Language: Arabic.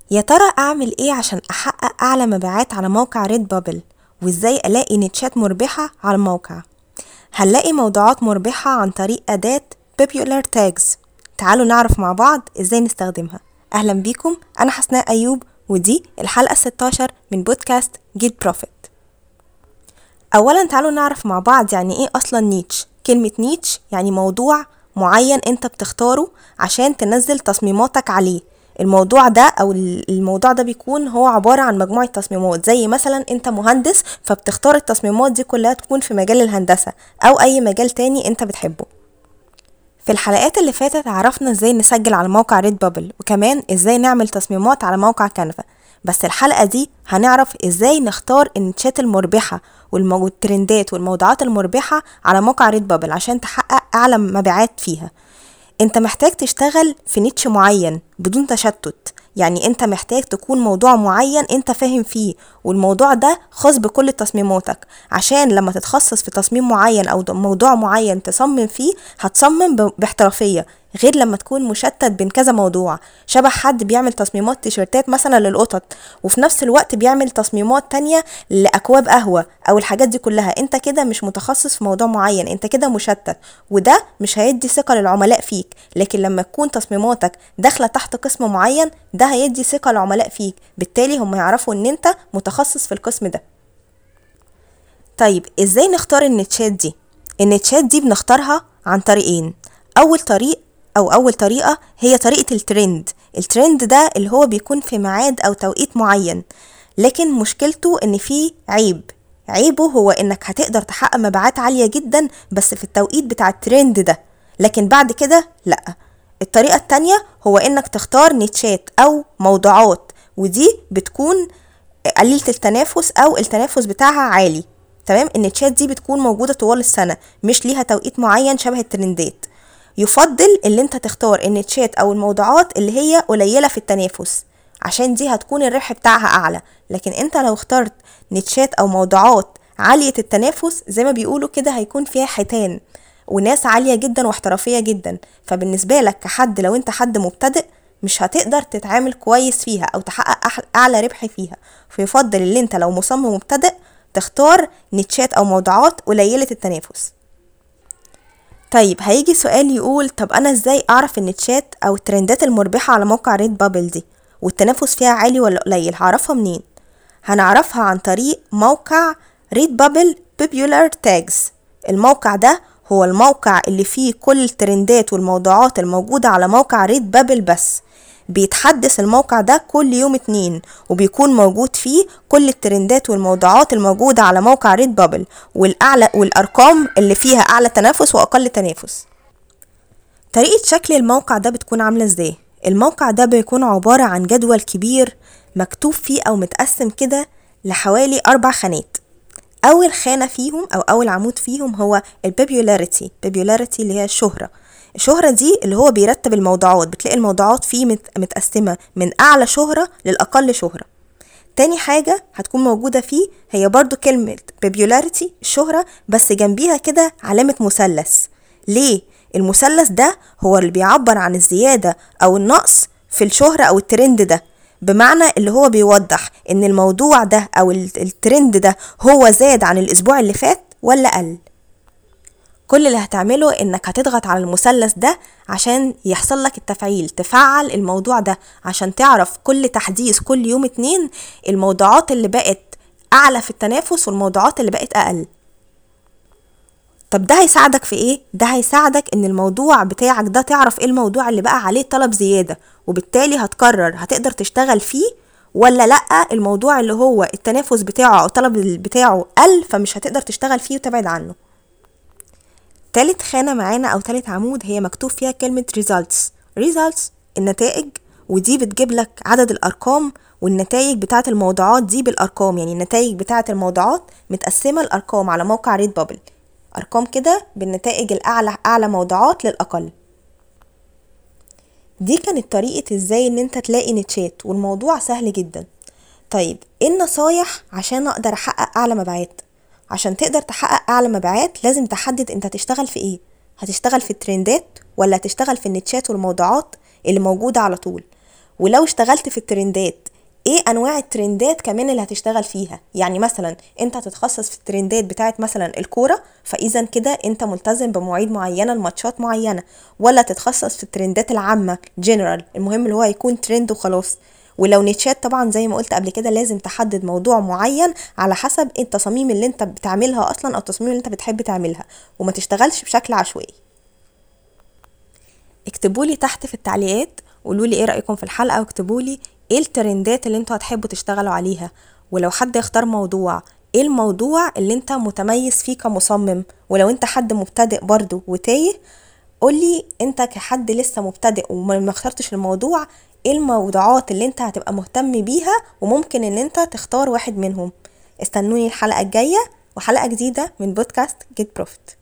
يا ترى اعمل ايه عشان احقق اعلى مبيعات على موقع ريد بابل؟ وازاي الاقي نيتشات مربحة على الموقع؟ هنلاقي موضوعات مربحة عن طريق اداة Popular Tags. تعالوا نعرف مع بعض ازاي نستخدمها. اهلا بيكم، انا حسناء ايوب، ودي الحلقة 16 من بودكاست Get Profit. اولا تعالوا نعرف مع بعض يعني ايه اصلا نيتش. كلمة نيتش يعني موضوع معين انت بتختاره عشان تنزل تصميماتك عليه. الموضوع ده او الموضوع ده بيكون هو عبارة عن مجموعة تصميمات، زي مثلا انت مهندس فبتختار التصميمات دي كلها تكون في مجال الهندسة او اي مجال تاني انت بتحبه. في الحلقات اللي فاتت عرفنا ازاي نسجل على موقع ريد بابل، وكمان ازاي نعمل تصميمات على موقع كانفا. بس الحلقة دي هنعرف ازاي نختار النيتشات المربحة والترندات والموضوعات المربحة على موقع ريد بابل عشان تحقق اعلى مبيعات فيها. انت محتاج تشتغل في نيتش معين بدون تشتت، يعني انت محتاج تكون موضوع معين انت فاهم فيه، والموضوع ده خاص بكل تصميماتك، عشان لما تتخصص في تصميم معين او موضوع معين تصمم فيه هتصمم باحترافية، غير لما تكون مشتت بين كذا موضوع. شبه حد بيعمل تصميمات تيشرتات مثلا للقطط وفي نفس الوقت بيعمل تصميمات تانية لأكواب قهوة او الحاجات دي كلها، انت كده مش متخصص في موضوع معين، انت كده مشتت، وده مش هيدي ثقة للعملاء فيك. لكن لما تكون تصميماتك داخلة تحت قسم معين، ده هيدي ثقة للعملاء فيك، بالتالي هم يعرفوا ان انت متخصص في القسم ده. طيب ازاي نختار النيتشات دي؟ النيتشات دي بنختارها عن طريقين. اول طريقة هي طريقة الترند. الترند ده اللي هو بيكون في ميعاد او توقيت معين، لكن مشكلته ان فيه عيبه هو انك هتقدر تحقق مبيعات عالية جدا بس في التوقيت بتاع الترند ده، لكن بعد كده لا. الطريقة التانية هو انك تختار نيتشات او موضوعات، ودي بتكون قليلة التنافس او التنافس بتاعها عالي. تمام، النيتشات دي بتكون موجودة طوال السنة، مش ليها توقيت معين شبه الترندات. يفضل اللي انت تختار النيتشات او الموضوعات اللي هي قليلة في التنافس، عشان دي هتكون الربح بتاعها اعلى. لكن انت لو اخترت نيتشات او موضوعات عالية التنافس، زي ما بيقولوا كده، هيكون فيها حيتان وناس عالية جدا واحترافية جدا، فبالنسبة لك كحد لو انت حد مبتدئ مش هتقدر تتعامل كويس فيها او تحقق اعلى ربح فيها. فيفضل اللي انت لو مصمم مبتدئ تختار نيتشات او موضوعات قليلة التنافس. طيب هيجي سؤال يقول، طب انا ازاي اعرف النيتشات او الترندات المربحة على موقع ريد بابل دي والتنافس فيها عالي ولا قليل؟ هعرفها منين؟ هنعرفها عن طريق موقع ريد بابل Popular Tags. الموقع ده هو الموقع اللي فيه كل الترندات والموضوعات الموجودة على موقع ريد بابل، بس بيتحدث الموقع ده كل يوم 2، وبيكون موجود فيه كل الترندات والموضوعات الموجودة على موقع ريد بابل والأرقام اللي فيها أعلى تنافس وأقل تنافس. طريقة شكل الموقع ده بتكون عاملة ازاي؟ الموقع ده بيكون عبارة عن جدول كبير مكتوب فيه أو متقسم كده لحوالي 4 خانات. أول خانة فيهم أو أول عمود فيهم هو البوبولاريتي اللي هي الشهرة دي اللي هو بيرتب الموضوعات، بتلاقي الموضوعات فيه متقسمة من أعلى شهرة للأقل شهرة. تاني حاجة هتكون موجودة فيه هي برضو كلمة popularity الشهرة، بس جنبيها كده علامة مثلث. ليه؟ المثلث ده هو اللي بيعبر عن الزيادة أو النقص في الشهرة أو الترند ده، بمعنى اللي هو بيوضح ان الموضوع ده او الترند ده هو زاد عن الاسبوع اللي فات ولا قل. كل اللي هتعمله انك هتضغط على المثلث ده عشان يحصل لك التفعيل، تفعل الموضوع ده عشان تعرف كل تحديث كل يوم 2 الموضوعات اللي بقت اعلى في التنافس والموضوعات اللي بقت اقل. طب ده هيساعدك في ايه؟ ده هيساعدك ان الموضوع بتاعك ده تعرف ايه الموضوع اللي بقى عليه طلب زيادة، وبالتالي هتقرر هتقدر تشتغل فيه ولا لأ. الموضوع اللي هو التنافس بتاعه او الطلب بتاعه قل فمش هتقدر تشتغل فيه وتبعد عنه. تالت خانة معانا او تالت عمود هي مكتوب فيها كلمة results النتائج، ودي بتجيب لك عدد الارقام والنتائج بتاعة الموضوعات دي بالارقام. يعني النتائج بتاعة الموضوعات متقسمة الارقام على موقع ريد بابل، ارقام كده بالنتائج الاعلى، اعلى موضوعات للاقل. دي كانت طريقة ازاي ان انت تلاقي نيتشات، والموضوع سهل جدا. طيب ايه النصايح عشان اقدر احقق اعلى مبيعات؟ عشان تقدر تحقق اعلى مبيعات لازم تحدد انت هتشتغل في ايه. هتشتغل في الترندات ولا هتشتغل في النيتشات والموضوعات اللي موجودة على طول؟ ولو اشتغلت في الترندات ايه انواع الترندات كمان اللي هتشتغل فيها. يعني مثلا انت هتتخصص في الترندات بتاعت مثلا الكورة، فاذا كده انت ملتزم بمواعيد معينة لماتشات معينة، ولا تتخصص في الترندات العامة جنرال، المهم اللي هو يكون ترند وخلاص. ولو نيتشات طبعا زي ما قلت قبل كده لازم تحدد موضوع معين على حسب التصاميم اللي انت بتعملها اصلا او التصميم اللي انت بتحب تعملها، وما تشتغلش بشكل عشوائي. اكتبولي تحت في التعليقات، قولولي ايه رأيكم في الحلقة، واكتبولي ايه الترندات اللي انتوا هتحبوا تشتغلوا عليها. ولو حد يختار موضوع، ايه الموضوع اللي انت متميز فيه كمصمم. ولو انت حد مبتدئ برضو وتايه، قولي انت كحد لسه مبتدئ وما اخترتش الموضوع، ايه الموضوعات اللي انت هتبقى مهتم بيها وممكن ان انت تختار واحد منهم. استنوني الحلقة الجاية وحلقة جديدة من بودكاست جيت بروفيت.